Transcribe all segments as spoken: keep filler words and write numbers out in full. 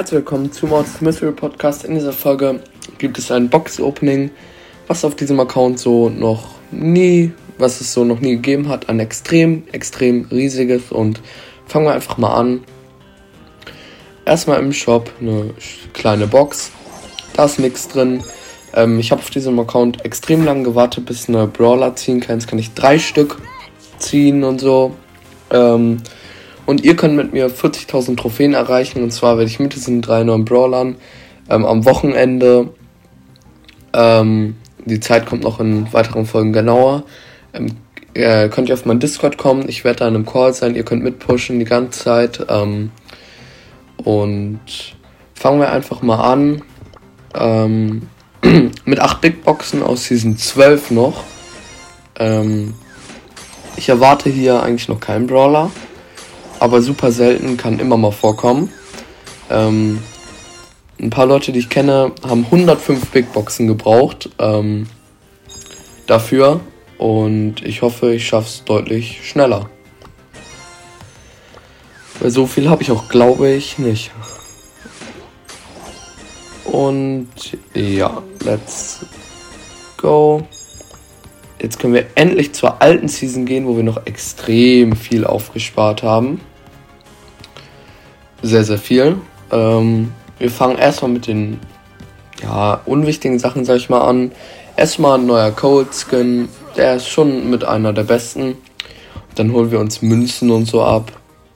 herzlich willkommen zu Mords Mystery Podcast. In dieser Folge gibt es ein Box-Opening, was auf diesem Account so noch nie, was es so noch nie gegeben hat. Ein extrem, extrem riesiges, und fangen wir einfach mal an. Erstmal im Shop eine kleine Box, da ist nichts drin. Ähm, ich habe auf diesem Account extrem lange gewartet, bis eine Brawler ziehen kann. Jetzt kann ich drei Stück ziehen und so. Ähm, Und ihr könnt mit mir vierzigtausend Trophäen erreichen. Und zwar werde ich mit diesen drei neuen Brawlern ähm, am Wochenende, ähm, die Zeit kommt noch in weiteren Folgen genauer, ähm, äh, könnt ihr auf meinen Discord kommen. Ich werde da in einem Call sein. Ihr könnt mitpushen die ganze Zeit. Ähm, und fangen wir einfach mal an. Ähm, mit acht Big Boxen aus Season zwölf noch. Ähm, ich erwarte hier eigentlich noch keinen Brawler. Aber super selten, kann immer mal vorkommen. Ähm, ein paar Leute, die ich kenne, haben hundertfünf Big Boxen gebraucht ähm, dafür. Und ich hoffe, ich schaffe es deutlich schneller. Weil so viel habe ich auch, glaube ich, nicht. Und ja, let's go. Jetzt können wir endlich zur alten Season gehen, wo wir noch extrem viel aufgespart haben. Sehr, sehr viel. Ähm, wir fangen erstmal mit den ja, unwichtigen Sachen, sag ich mal, an. Erstmal ein neuer Cold Skin. Der ist schon mit einer der besten. Dann holen wir uns Münzen und so ab.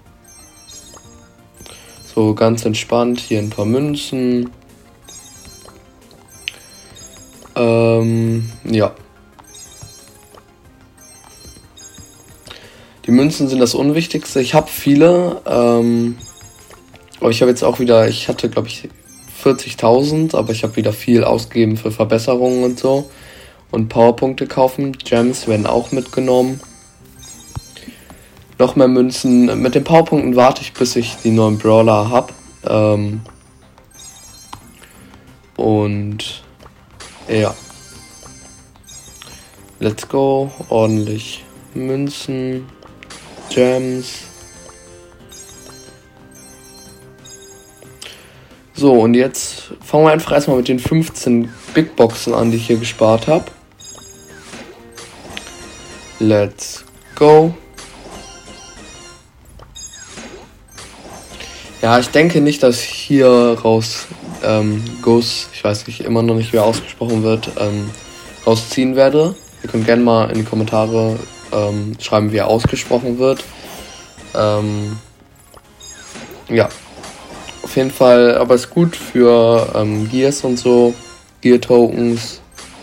So ganz entspannt. Hier ein paar Münzen. Ähm, ja. Die Münzen sind das Unwichtigste. Ich habe viele. Ähm, aber ich habe jetzt auch wieder, ich hatte glaube ich vierzigtausend, aber ich habe wieder viel ausgegeben für Verbesserungen und so. Und Powerpunkte kaufen. Gems werden auch mitgenommen. Noch mehr Münzen. Mit den Powerpunkten warte ich, bis ich die neuen Brawler habe. Ähm, und ja. Let's go. Ordentlich Münzen. Gems. So, und jetzt fangen wir einfach erstmal mit den fünfzehn Big Boxen an, die ich hier gespart habe. Let's go. Ja, ich denke nicht, dass hier raus ähm, Gus, ich weiß nicht, immer noch nicht, wie er ausgesprochen wird, ähm, rausziehen werde. Ihr könnt gerne mal in die Kommentare ähm, schreiben, wie er ausgesprochen wird. Ähm, ja. Auf jeden Fall, aber ist gut für ähm, Gears und so, Gear-Tokens.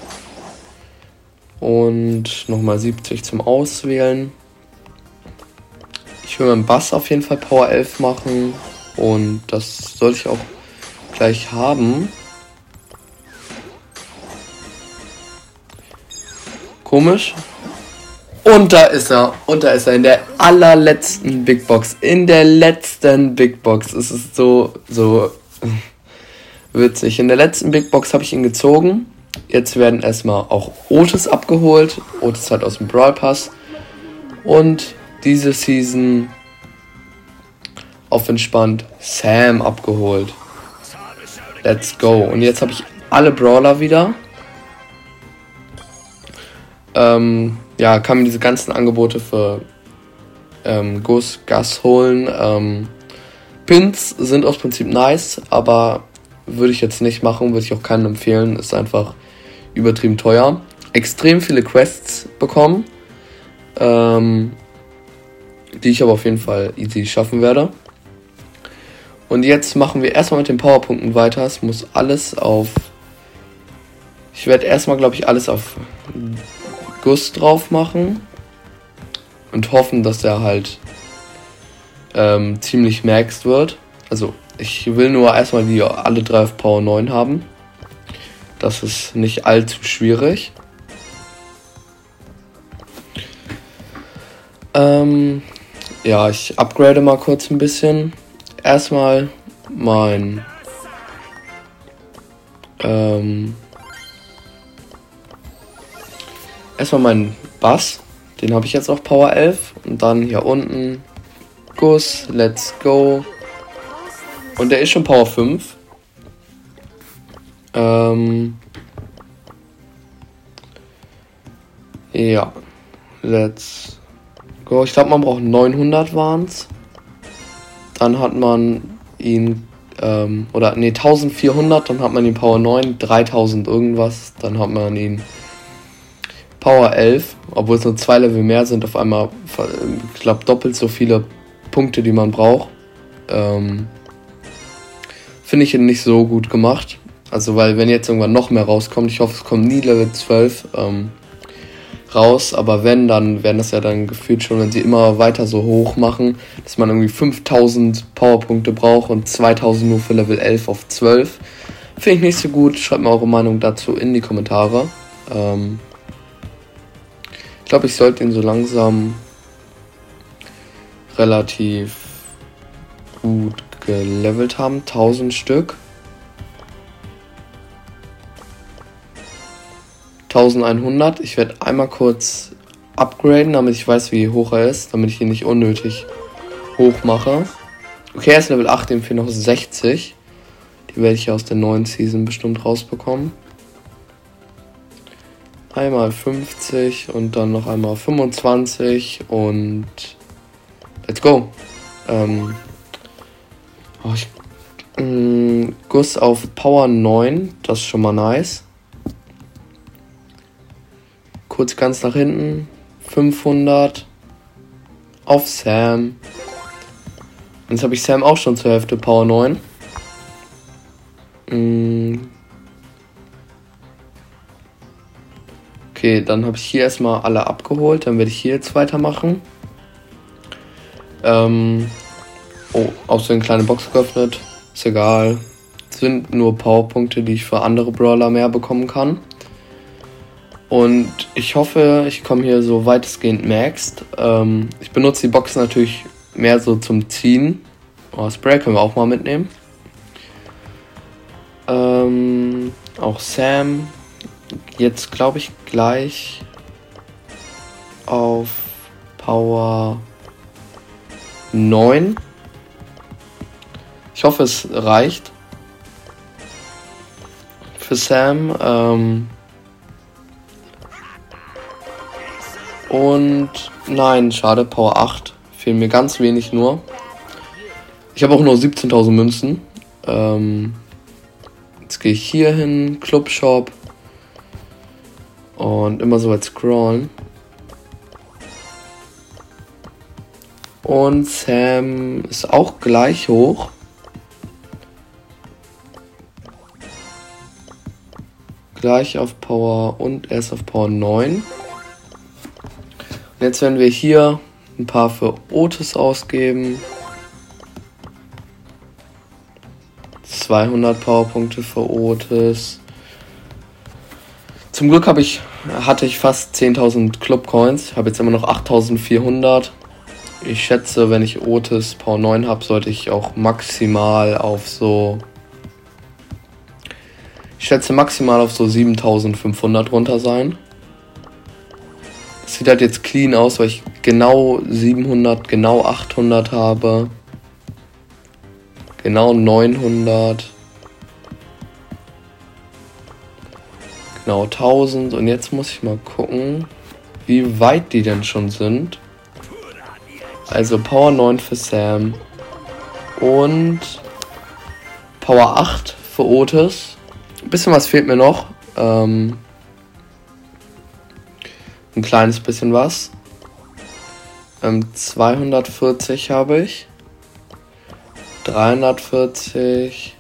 Und nochmal siebzig zum Auswählen. Ich will meinen Bass auf jeden Fall Power elf machen. Und das soll ich auch gleich haben. Komisch. Und da ist er. Und da ist er in der allerletzten Big Box. In der letzten Big Box. Es ist so, so witzig. In der letzten Big Box habe ich ihn gezogen. Jetzt werden erstmal auch Otis abgeholt. Otis hat aus dem Brawl Pass. Und diese Season auf entspannt Sam abgeholt. Let's go. Und jetzt habe ich alle Brawler wieder. Ähm... Ja, kann mir diese ganzen Angebote für ähm, Gus, Gas holen. Ähm, Pins sind aus Prinzip nice, aber würde ich jetzt nicht machen, würde ich auch keinen empfehlen. Ist einfach übertrieben teuer. Extrem viele Quests bekommen, ähm, die ich aber auf jeden Fall easy schaffen werde. Und jetzt machen wir erstmal mit den Powerpunkten weiter. Es muss alles auf... Ich werde erstmal, glaube ich, alles auf Gus drauf machen und hoffen, dass er halt ähm, ziemlich maxed wird. Also ich will nur erstmal die alle drei auf Power neun haben. Das ist nicht allzu schwierig. Ähm, ja, ich upgrade mal kurz ein bisschen. Erstmal mein ähm, Erstmal meinen Bass, den habe ich jetzt auf Power elf. Und dann hier unten Gus, let's go. Und der ist schon Power fünf. Ähm. Ja. Let's go. Ich glaube, man braucht neunhundert waren's. Dann hat man ihn, ähm, oder nee, eintausendvierhundert, dann hat man ihn Power neun, dreitausend irgendwas, dann hat man ihn Power elf, obwohl es nur zwei Level mehr sind, auf einmal, ich glaube, doppelt so viele Punkte, die man braucht. Ähm, Finde ich ihn nicht so gut gemacht. Also, weil wenn jetzt irgendwann noch mehr rauskommt, ich hoffe, es kommt nie Level zwölf ähm, raus, aber wenn, dann werden das ja dann gefühlt schon, wenn sie immer weiter so hoch machen, dass man irgendwie fünftausend Powerpunkte braucht und zweitausend nur für Level elf auf zwölf. Finde ich nicht so gut. Schreibt mir eure Meinung dazu in die Kommentare. Ähm, ich glaube, ich sollte ihn so langsam relativ gut gelevelt haben. tausend Stück. eintausendeinhundert. Ich werde einmal kurz upgraden, damit ich weiß, wie hoch er ist, damit ich ihn nicht unnötig hoch mache. Okay, er ist Level acht, dem fehlen noch sechzig. Die werde ich aus der neuen Season bestimmt rausbekommen. Einmal fünfzig und dann noch einmal fünfundzwanzig und let's go. Ähm, oh, ich, mh, Guss auf Power neun, das ist schon mal nice. Kurz ganz nach hinten, fünfhundert auf Sam. Und jetzt habe ich Sam auch schon zur Hälfte Power neun. Mm. Okay, dann habe ich hier erstmal alle abgeholt. Dann werde ich hier jetzt weitermachen. Ähm, oh, auch so eine kleine Box geöffnet. Ist egal. Es sind nur Powerpunkte, die ich für andere Brawler mehr bekommen kann. Und ich hoffe, ich komme hier so weitestgehend maxed. Ähm, ich benutze die Box natürlich mehr so zum Ziehen. Oh, Spray können wir auch mal mitnehmen. Ähm, auch Sam. Jetzt glaube ich gleich auf Power neun. Ich hoffe, es reicht für Sam. Ähm, und nein, schade, Power acht. Fehlen mir ganz wenig nur. Ich habe auch nur siebzehntausend Münzen. Ähm, jetzt gehe ich hier hin, Clubshop. Und immer so weit scrollen. Und Sam ist auch gleich hoch. Gleich auf Power und er ist auf Power neun. Und jetzt werden wir hier ein paar für Otis ausgeben. zweihundert Powerpunkte für Otis. Zum Glück habe ich, hatte ich fast zehntausend Club-Coins. Ich habe jetzt immer noch achttausendvierhundert. Ich schätze, wenn ich Otis Power neun habe, sollte ich auch maximal auf so... Ich schätze maximal auf so siebentausendfünfhundert runter sein. Es sieht halt jetzt clean aus, weil ich genau siebenhundert, genau achthundert habe. Genau neunhundert. Genau tausend. Und jetzt muss ich mal gucken, wie weit die denn schon sind. Also Power neun für Sam. Und Power acht für Otis. Ein bisschen was fehlt mir noch. Ähm, ein kleines bisschen was. Ähm, zweihundertvierzig habe ich. dreihundertvierzig.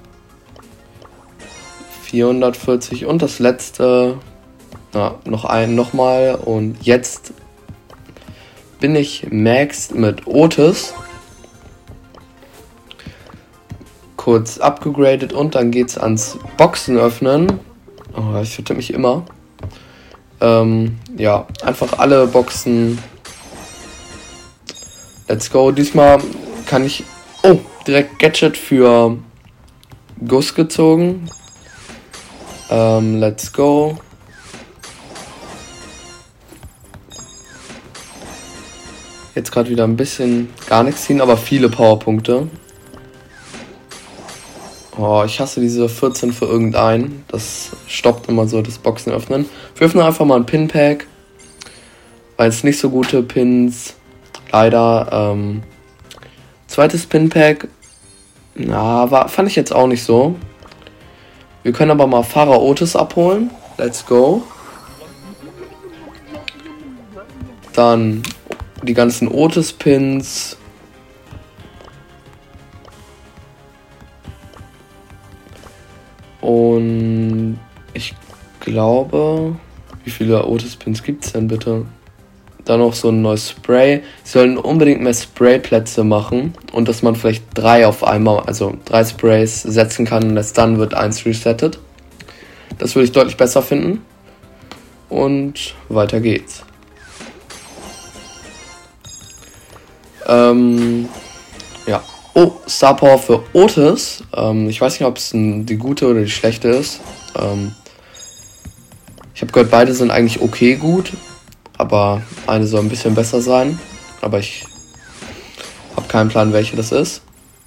vierhundertvierzig und das letzte, na, noch ein, nochmal und jetzt bin ich maxed mit Otis. Kurz abgegradet und dann geht's ans Boxen öffnen. Oh, ich vertippe mich immer. Ähm, ja, einfach alle Boxen. Let's go. Diesmal kann ich, oh, direkt Gadget für Guss gezogen. Ähm, let's go. Jetzt gerade wieder ein bisschen gar nichts ziehen, aber viele Powerpunkte. Oh, ich hasse diese vierzehn für irgendeinen. Das stoppt immer so das Boxen öffnen. Wir öffnen einfach mal ein Pin-Pack. Weil es nicht so gute Pins. Leider. Ähm, zweites Pin-Pack. Na, war, fand ich jetzt auch nicht so. Wir können aber mal Fahrer Otis abholen. Let's go. Dann die ganzen Otis-Pins. Und ich glaube, wie viele Otis-Pins gibt es denn bitte? Dann noch so ein neues Spray. Sie sollen unbedingt mehr Sprayplätze machen und dass man vielleicht drei auf einmal, also drei Sprays setzen kann und erst dann wird eins resettet. Das würde ich deutlich besser finden. Und weiter geht's. Ähm, ja. Oh, Star Power für Otis. Ähm, ich weiß nicht, ob es die gute oder die schlechte ist. Ähm, ich habe gehört, beide sind eigentlich okay gut. Aber eine soll ein bisschen besser sein. Aber ich habe keinen Plan, welche das ist.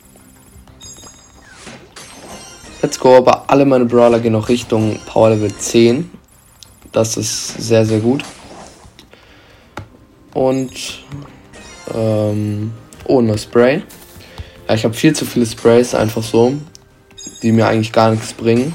Let's go, aber alle meine Brawler gehen noch Richtung Power Level zehn. Das ist sehr, sehr gut. Und ähm, oh, nur Spray. Ja, ich habe viel zu viele Sprays einfach so, die mir eigentlich gar nichts bringen.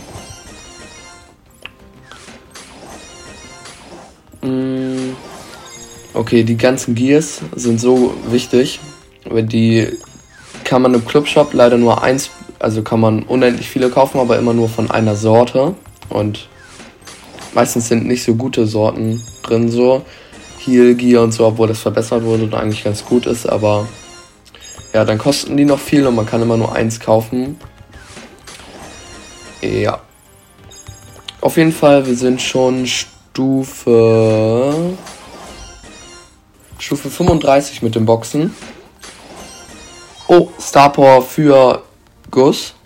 Okay, die ganzen Gears sind so wichtig, weil die kann man im Clubshop leider nur eins, also kann man unendlich viele kaufen, aber immer nur von einer Sorte und meistens sind nicht so gute Sorten drin so, Heal Gear und so, obwohl das verbessert wurde und eigentlich ganz gut ist, aber ja, dann kosten die noch viel und man kann immer nur eins kaufen. Ja. Auf jeden Fall, wir sind schon Stufe... Stufe fünfunddreißig mit dem Boxen. Oh, Star Power für Gus.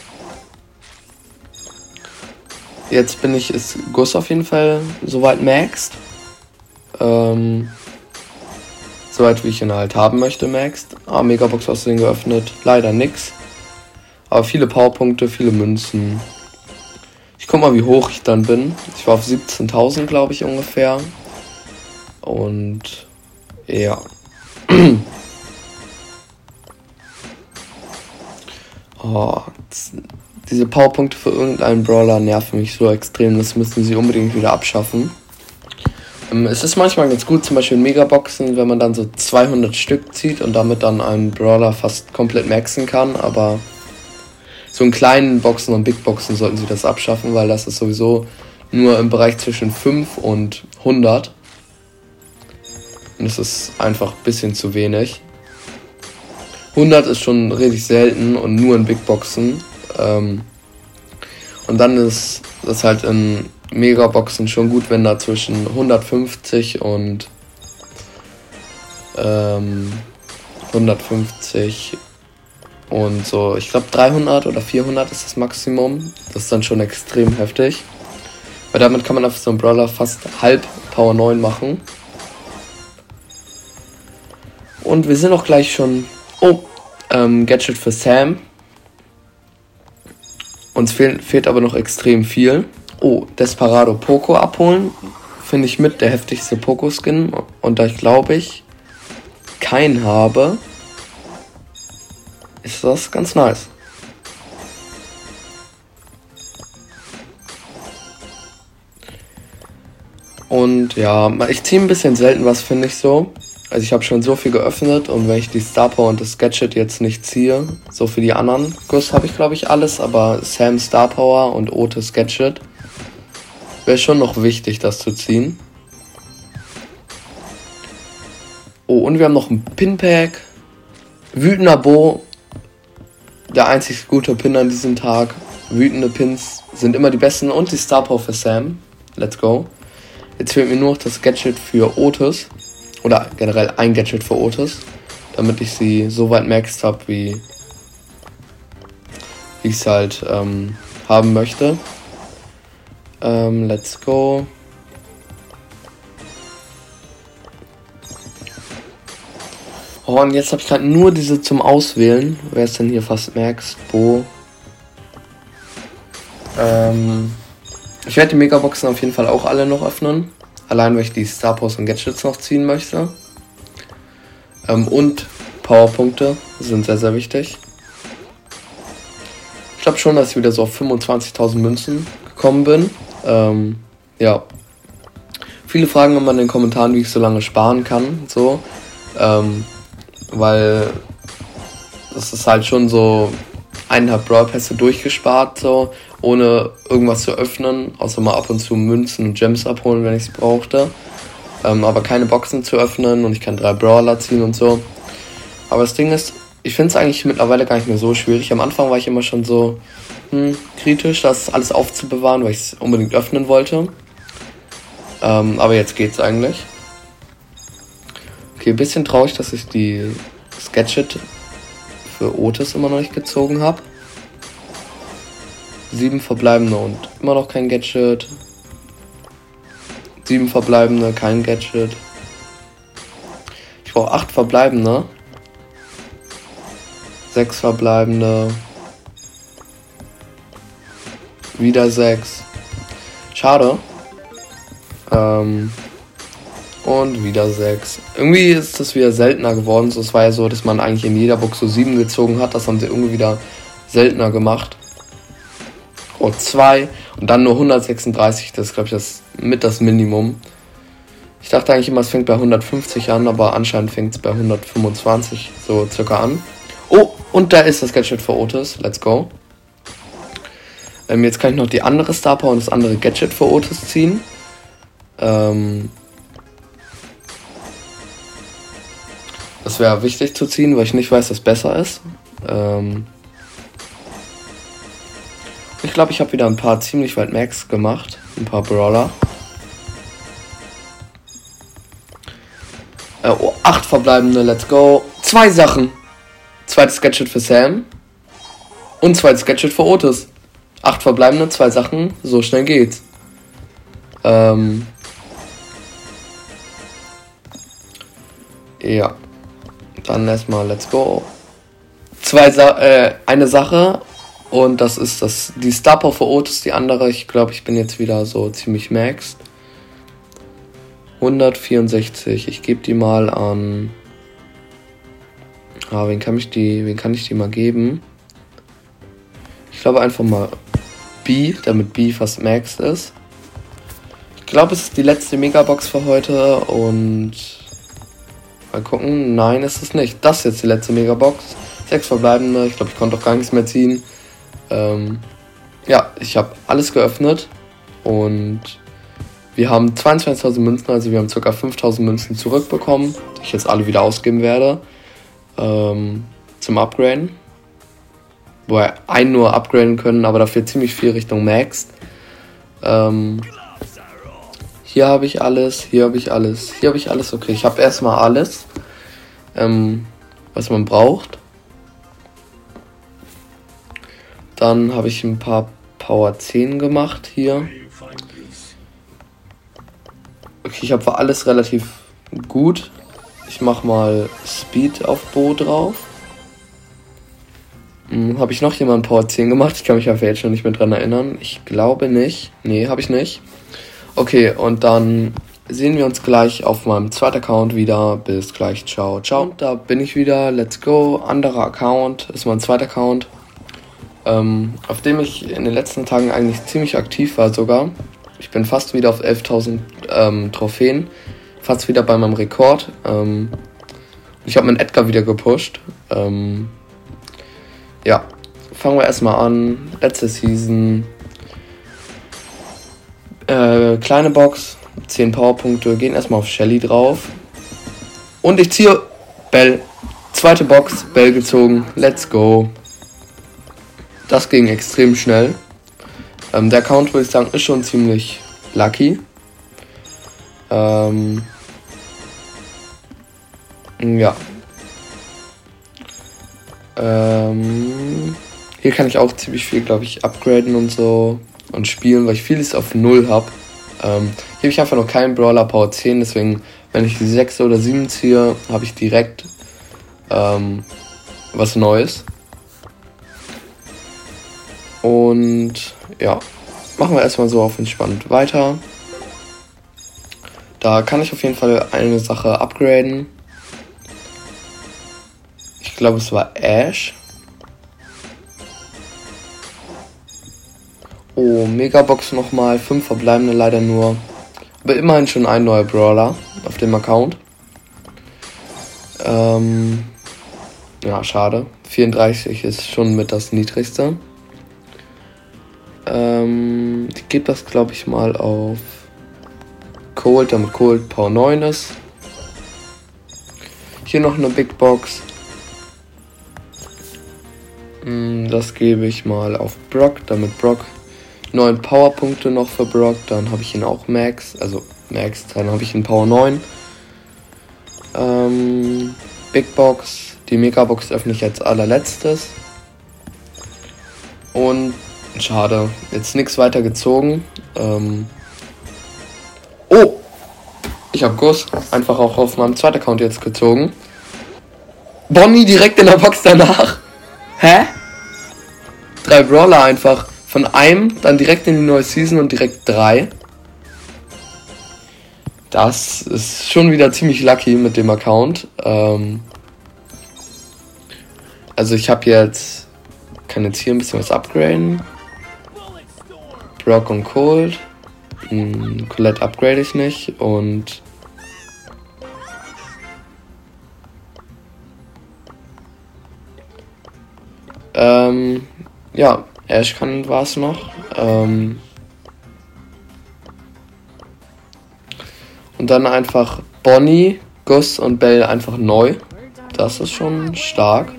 Jetzt bin ich, ist Gus auf jeden Fall soweit maxed. Ähm, soweit wie ich ihn halt haben möchte, maxed. Ah, Megabox aus den geöffnet. Leider nix. Aber viele Powerpunkte, viele Münzen. Ich guck mal, wie hoch ich dann bin. Ich war auf siebzehntausend, glaube ich, ungefähr. Und ja. Oh, diese Powerpunkte für irgendeinen Brawler nerven mich so extrem. Das müssen sie unbedingt wieder abschaffen. Ähm, es ist manchmal ganz gut, zum Beispiel in Megaboxen, wenn man dann so zweihundert Stück zieht und damit dann einen Brawler fast komplett maxen kann. Aber so in kleinen Boxen und Big Boxen sollten sie das abschaffen, weil das ist sowieso nur im Bereich zwischen fünf und hundert. Und das ist einfach ein bisschen zu wenig. hundert ist schon richtig selten und nur in Big Boxen. Ähm, und dann ist das halt in Megaboxen schon gut, wenn da zwischen hundertfünfzig und ähm, hundertfünfzig und so, ich glaube dreihundert oder vierhundert ist das Maximum. Das ist dann schon extrem heftig. Weil damit kann man auf so einem Brawler fast halb Power neun machen. Und wir sind auch gleich schon... Oh, ähm, Gadget für Sam. Uns fehl, fehlt aber noch extrem viel. Oh, Desperado Poco abholen. Finde ich mit der heftigste Poco-Skin. Und da ich glaube ich keinen habe, ist das ganz nice. Und ja, ich ziehe ein bisschen selten was, finde ich so. Also ich habe schon so viel geöffnet und wenn ich die Star Power und das Gadget jetzt nicht ziehe, so für die anderen Gus habe ich glaube ich alles, aber Sam Star Power und Otis Gadget wäre schon noch wichtig, das zu ziehen. Oh, und wir haben noch ein Pin-Pack. Wütender Bo, der einzig gute Pin an diesem Tag. Wütende Pins sind immer die besten und die Star Power für Sam. Let's go. Jetzt fehlt mir nur noch das Gadget für Otis. Oder generell ein Gadget für Otis. Damit ich sie so weit maxed habe, wie ich es halt ähm, haben möchte. Ähm, let's go. Oh, und jetzt habe ich gerade nur diese zum Auswählen. Wer ist denn hier fast maxed? Bo. Ähm, ich werde die Megaboxen auf jeden Fall auch alle noch öffnen. Allein, weil ich die Star Powers und Gadgets noch ziehen möchte. Ähm, und Powerpunkte sind sehr, sehr wichtig. Ich glaube schon, dass ich wieder so auf fünfundzwanzigtausend Münzen gekommen bin. Ähm, ja. Viele fragen immer in den Kommentaren, wie ich so lange sparen kann. So. Ähm, weil das ist halt schon so eineinhalb Brawl Pässe durchgespart, so, ohne irgendwas zu öffnen, außer mal ab und zu Münzen und Gems abholen, wenn ich es brauchte. Ähm, aber keine Boxen zu öffnen und ich kann drei Brawler ziehen und so. Aber das Ding ist, ich finde es eigentlich mittlerweile gar nicht mehr so schwierig. Am Anfang war ich immer schon so hm, kritisch, das alles aufzubewahren, weil ich es unbedingt öffnen wollte. Ähm, aber jetzt geht's eigentlich. Okay, ein bisschen traurig, dass ich die das Gadget für Otis immer noch nicht gezogen habe. Sieben verbleibende und immer noch kein Gadget. Sieben verbleibende, kein Gadget. Ich brauche acht verbleibende. Sechs verbleibende. Wieder sechs. Schade. Ähm, und wieder sechs. Irgendwie ist das wieder seltener geworden. So, es war ja so, dass man eigentlich in jeder Box so sieben gezogen hat. Das haben sie irgendwie wieder seltener gemacht. Oh, zwei. Und dann nur hundertsechsunddreißig. Das ist, glaube ich, das mit das Minimum. Ich dachte eigentlich immer, es fängt bei hundertfünfzig an, aber anscheinend fängt es bei hundertfünfundzwanzig so circa an. Oh, und da ist das Gadget für Otis. Let's go. Ähm, jetzt kann ich noch die andere Star Power und das andere Gadget für Otis ziehen. Ähm, das wäre wichtig zu ziehen, weil ich nicht weiß, was besser ist. Ähm, ich glaube, ich habe wieder ein paar ziemlich weit Max gemacht. Ein paar Brawler. Äh, oh, acht verbleibende, let's go. Zwei Sachen. Zweites Gadget für Sam. Und zweites Gadget für Otis. Acht verbleibende, zwei Sachen. So schnell geht's. Ähm. Ja. Dann erstmal let's go. Zwei Sa- äh, eine Sache. Und das ist das die Star Power für Otis. Die andere, ich glaube, ich bin jetzt wieder so ziemlich maxed. hundertvierundsechzig. Ich gebe die mal an. Ah, wen kann ich die, wen kann ich die mal geben? Ich glaube einfach mal B, damit B fast maxed ist. Ich glaube, es ist die letzte Megabox für heute und mal gucken. Nein, ist es nicht. Das ist jetzt die letzte Megabox. Sechs verbleibende. Ich glaube, ich konnte auch gar nichts mehr ziehen. Ähm, ja, ich habe alles geöffnet und wir haben zweiundzwanzigtausend Münzen, also wir haben ca. fünftausend Münzen zurückbekommen, die ich jetzt alle wieder ausgeben werde. Ähm, zum Upgraden. Wobei einen nur upgraden können, aber dafür ziemlich viel Richtung Max. Ähm, hier habe ich alles, hier habe ich alles, hier habe ich alles. Okay, ich habe erstmal alles, ähm, was man braucht. Dann habe ich ein paar Power zehn gemacht hier. Okay, ich habe für alles relativ gut. Ich mache mal Speed auf Bo drauf. Hm, habe ich noch jemanden Power zehn gemacht? Ich kann mich einfach jetzt schon nicht mehr dran erinnern. Ich glaube nicht. Nee, habe ich nicht. Okay, und dann sehen wir uns gleich auf meinem zweiten Account wieder. Bis gleich. Ciao, ciao. Und da bin ich wieder. Let's go. Anderer Account. Ist mein zweiter Account. Ähm, auf dem ich in den letzten Tagen eigentlich ziemlich aktiv war sogar. Ich bin fast wieder auf elftausend ähm, Trophäen. Fast wieder bei meinem Rekord. Ähm, ich habe meinen Edgar wieder gepusht. Ähm, ja, fangen wir erstmal an. Letzte Season. Äh, kleine Box. zehn Powerpunkte. Gehen erstmal auf Shelly drauf. Und ich ziehe Bell. Zweite Box. Bell gezogen. Let's go. Das ging extrem schnell. Ähm, der Account, würde ich sagen, ist schon ziemlich lucky. Ähm, ja. Ähm, hier kann ich auch ziemlich viel, glaube ich, upgraden und so und spielen, weil ich vieles auf null habe. Ähm, hier habe ich einfach noch keinen Brawler Power zehn, deswegen, wenn ich die sechs oder sieben ziehe, habe ich direkt ähm, was Neues. Und ja, machen wir erstmal so auf entspannt weiter. Da kann ich auf jeden Fall eine Sache upgraden. Ich glaube, es war Ash. Oh, Megabox nochmal. fünf verbleibende leider nur. Aber immerhin schon ein neuer Brawler auf dem Account. Ähm, ja, schade. vierunddreißig ist schon mit das niedrigste. Ähm, ich gebe das, glaube ich, mal auf Cold, damit Cold Power neun ist. Hier noch eine Big Box. Das gebe ich mal auf Brock, damit Brock neun Powerpunkte noch für Brock. Dann habe ich ihn auch Max, also Max, dann habe ich ihn Power neun. Ähm, Big Box, die Megabox öffne ich als allerletztes. Und schade, jetzt nichts weiter gezogen. Ähm, oh! Ich habe Guss einfach auch auf meinem zweiten Account jetzt gezogen. Bonnie direkt in der Box danach. Hä? Drei Brawler einfach. Von einem dann direkt in die neue Season und direkt drei. Das ist schon wieder ziemlich lucky mit dem Account. Ähm also ich habe jetzt, kann jetzt hier ein bisschen was upgraden. Brock und Cold. Hm, Colette upgrade ich nicht und ähm, ja, Ash kann war's noch. Ähm, und dann einfach Bonnie, Gus und Belle einfach neu. Das ist schon stark.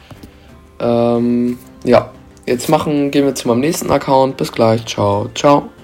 Ähm, ja, jetzt machen, gehen wir zu meinem nächsten Account. Bis gleich. Ciao, ciao.